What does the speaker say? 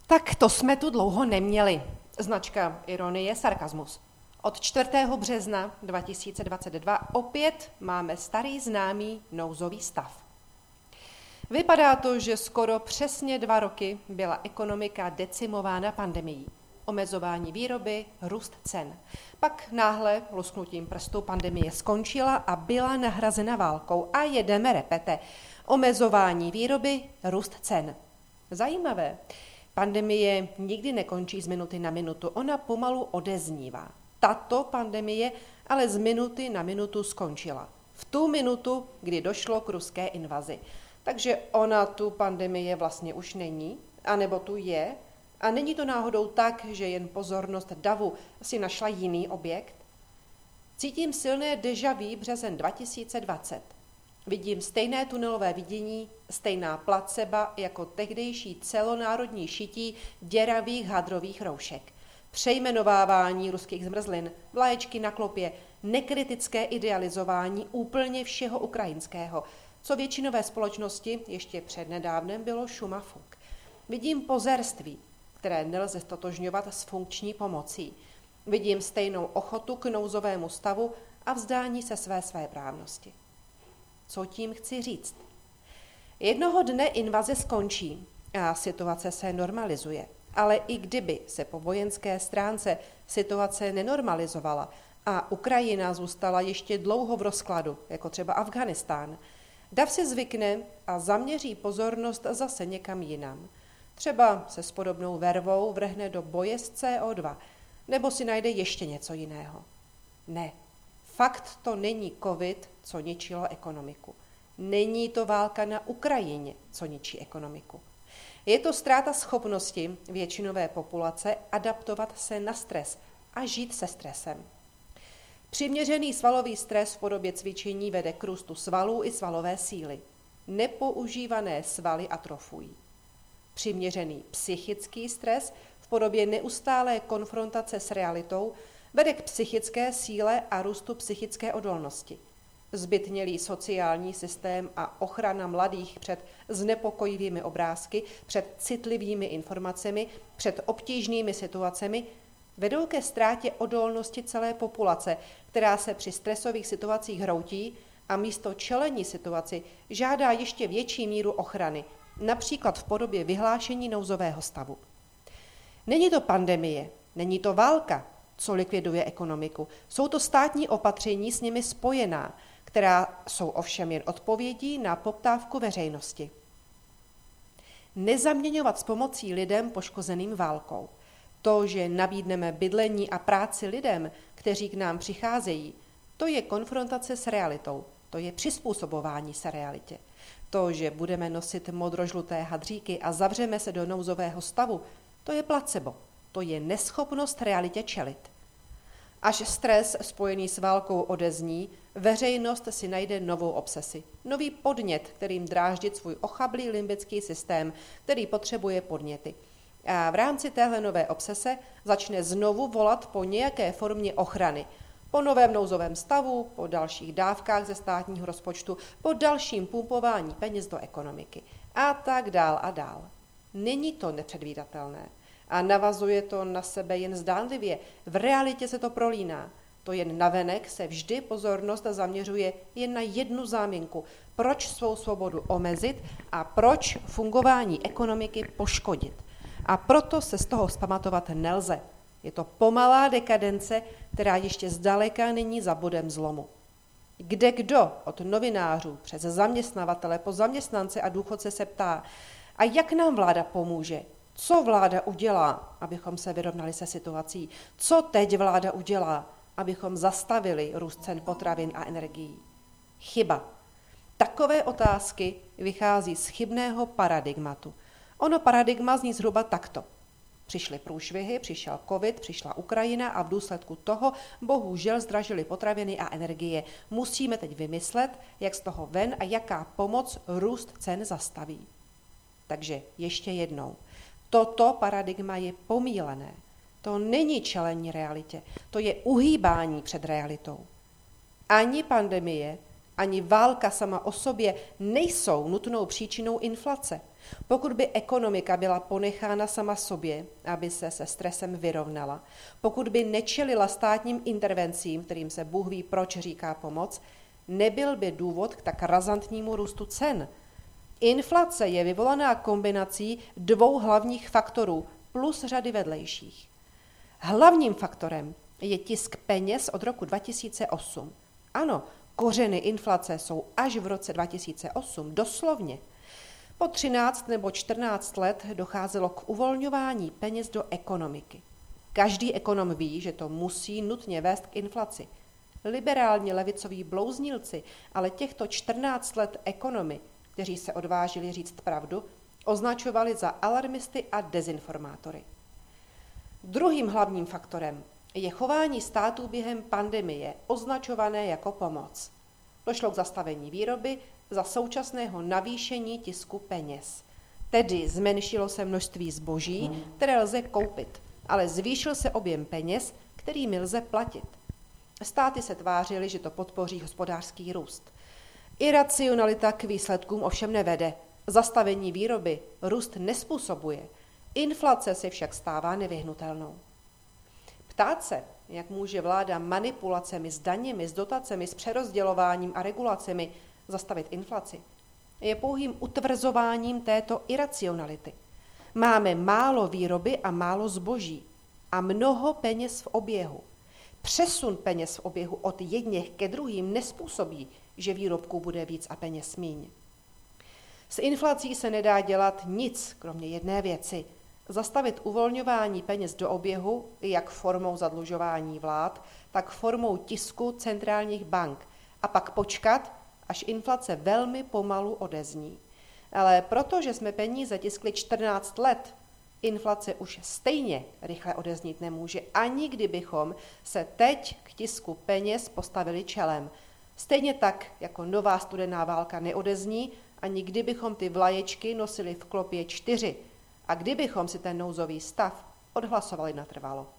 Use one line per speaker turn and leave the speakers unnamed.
Tak to jsme tu dlouho neměli. Značka ironie, sarkasmus. Od 4. března 2022 opět máme starý známý nouzový stav. Vypadá to, že skoro přesně 2 roky byla ekonomika decimována pandemií. Omezování výroby, růst cen. Pak náhle lusknutím prstu pandemie skončila a byla nahrazena válkou. A jedeme repete. Omezování výroby, růst cen. Zajímavé. Pandemie nikdy nekončí z minuty na minutu, ona pomalu odeznívá. Tato pandemie ale z minuty na minutu skončila. V tu minutu, kdy došlo k ruské invazi. Takže ona tu pandemie vlastně už není, anebo tu je, a není to náhodou tak, že jen pozornost davu si našla jiný objekt? Cítím silné déjà vu březen 2020. Vidím stejné tunelové vidění, stejná placeba jako tehdejší celonárodní šití děravých hadrových roušek. Přejmenovávání ruských zmrzlin, vlaječky na klopě, nekritické idealizování úplně všeho ukrajinského, co většinové společnosti ještě přednedávnem bylo šum a fuk. Vidím pozerství, které nelze stotožňovat s funkční pomocí. Vidím stejnou ochotu k nouzovému stavu a vzdání se svéprávnosti. Co tím chci říct? Jednoho dne invaze skončí a situace se normalizuje. Ale i kdyby se po vojenské stránce situace nenormalizovala a Ukrajina zůstala ještě dlouho v rozkladu, jako třeba Afghánistán, dav si zvykne a zaměří pozornost zase někam jinam. Třeba se s podobnou vervou vrhne do boje s CO2, nebo si najde ještě něco jiného. Ne, fakt to není covid, co ničilo ekonomiku. Není to válka na Ukrajině, co ničí ekonomiku. Je to ztráta schopnosti většinové populace adaptovat se na stres a žít se stresem. Přiměřený svalový stres v podobě cvičení vede k růstu svalů i svalové síly. Nepoužívané svaly atrofují. Přiměřený psychický stres v podobě neustálé konfrontace s realitou vede k psychické síle a růstu psychické odolnosti. Zbytnělý sociální systém a ochrana mladých před znepokojivými obrázky, před citlivými informacemi, před obtížnými situacemi vedou ke ztrátě odolnosti celé populace, která se při stresových situacích hroutí a místo čelení situaci žádá ještě větší míru ochrany, například v podobě vyhlášení nouzového stavu. Není to pandemie, není to válka, co likviduje ekonomiku. Jsou to státní opatření s nimi spojená, která jsou ovšem jen odpovědí na poptávku veřejnosti. Nezaměňovat s pomocí lidem poškozeným válkou. To, že nabídneme bydlení a práci lidem, kteří k nám přicházejí, to je konfrontace s realitou, to je přizpůsobování se realitě. To, že budeme nosit modrožluté hadříky a zavřeme se do nouzového stavu, to je placebo, to je neschopnost realitě čelit. Až stres spojený s válkou odezní, veřejnost si najde novou obsesi, nový podnět, kterým dráždit svůj ochablý limbický systém, který potřebuje podněty. A v rámci téhle nové obsese začne znovu volat po nějaké formě ochrany, po novém nouzovém stavu, po dalších dávkách ze státního rozpočtu, po dalším pumpování peněz do ekonomiky a tak dál a dál. Není to nepředvídatelné a navazuje to na sebe jen zdánlivě. V realitě se to prolíná. To jen navenek se vždy pozornost zaměřuje jen na jednu záminku. Proč svou svobodu omezit a proč fungování ekonomiky poškodit. A proto se z toho vzpamatovat nelze. Je to pomalá dekadence, která ještě zdaleka není za bodem zlomu. Kde kdo, od novinářů přes zaměstnavatele po zaměstnance a důchodce se ptá, a jak nám vláda pomůže? Co vláda udělá, abychom se vyrovnali se situací? Co teď vláda udělá, abychom zastavili růst cen potravin a energií? Chyba. Takové otázky vychází z chybného paradigmatu. Ono paradigma zní zhruba takto. Přišly průšvihy, přišel covid, přišla Ukrajina a v důsledku toho bohužel zdražily potraviny a energie. Musíme teď vymyslet, jak z toho ven a jaká pomoc růst cen zastaví. Takže ještě jednou. Toto paradigma je pomílené. To není čelení realitě, to je uhýbání před realitou. Ani pandemie, ani válka sama o sobě nejsou nutnou příčinou inflace. Pokud by ekonomika byla ponechána sama sobě, aby se stresem vyrovnala, pokud by nečelila státním intervencím, kterým se Bůh ví proč říká pomoc, nebyl by důvod k tak razantnímu růstu cen. Inflace je vyvolaná kombinací dvou hlavních faktorů plus řady vedlejších. Hlavním faktorem je tisk peněz od roku 2008. Ano, kořeny inflace jsou až v roce 2008, doslovně. Po 13 nebo 14 let docházelo k uvolňování peněz do ekonomiky. Každý ekonom ví, že to musí nutně vést k inflaci. Liberálně levicoví blouznílci ale těchto 14 let ekonomy, kteří se odvážili říct pravdu, označovali za alarmisty a dezinformátory. Druhým hlavním faktorem je chování států během pandemie, označované jako pomoc. Došlo k zastavení výroby za současného navýšení tisku peněz. Tedy zmenšilo se množství zboží, které lze koupit, ale zvýšil se objem peněz, kterými lze platit. Státy se tvářily, že to podpoří hospodářský růst. Iracionalita k výsledkům ovšem nevede. Zastavení výroby růst nespůsobuje. Inflace se však stává nevyhnutelnou. Ptát se, jak může vláda manipulacemi s daněmi, s dotacemi, s přerozdělováním a regulacemi zastavit inflaci, je pouhým utvrzováním této iracionality. Máme málo výroby a málo zboží a mnoho peněz v oběhu. Přesun peněz v oběhu od jedněch ke druhým nespůsobí, že výrobků bude víc a peněz míň. S inflací se nedá dělat nic, kromě jedné věci. Zastavit uvolňování peněz do oběhu jak formou zadlužování vlád, tak formou tisku centrálních bank a pak počkat, až inflace velmi pomalu odezní. Ale protože jsme peníze tiskli 14 let, inflace už stejně rychle odeznít nemůže, ani kdybychom se teď k tisku peněz postavili čelem. Stejně tak, jako nová studená válka neodezní, ani kdybychom ty vlaječky nosili v klopě 4 a kdybychom si ten nouzový stav odhlasovali natrvalo.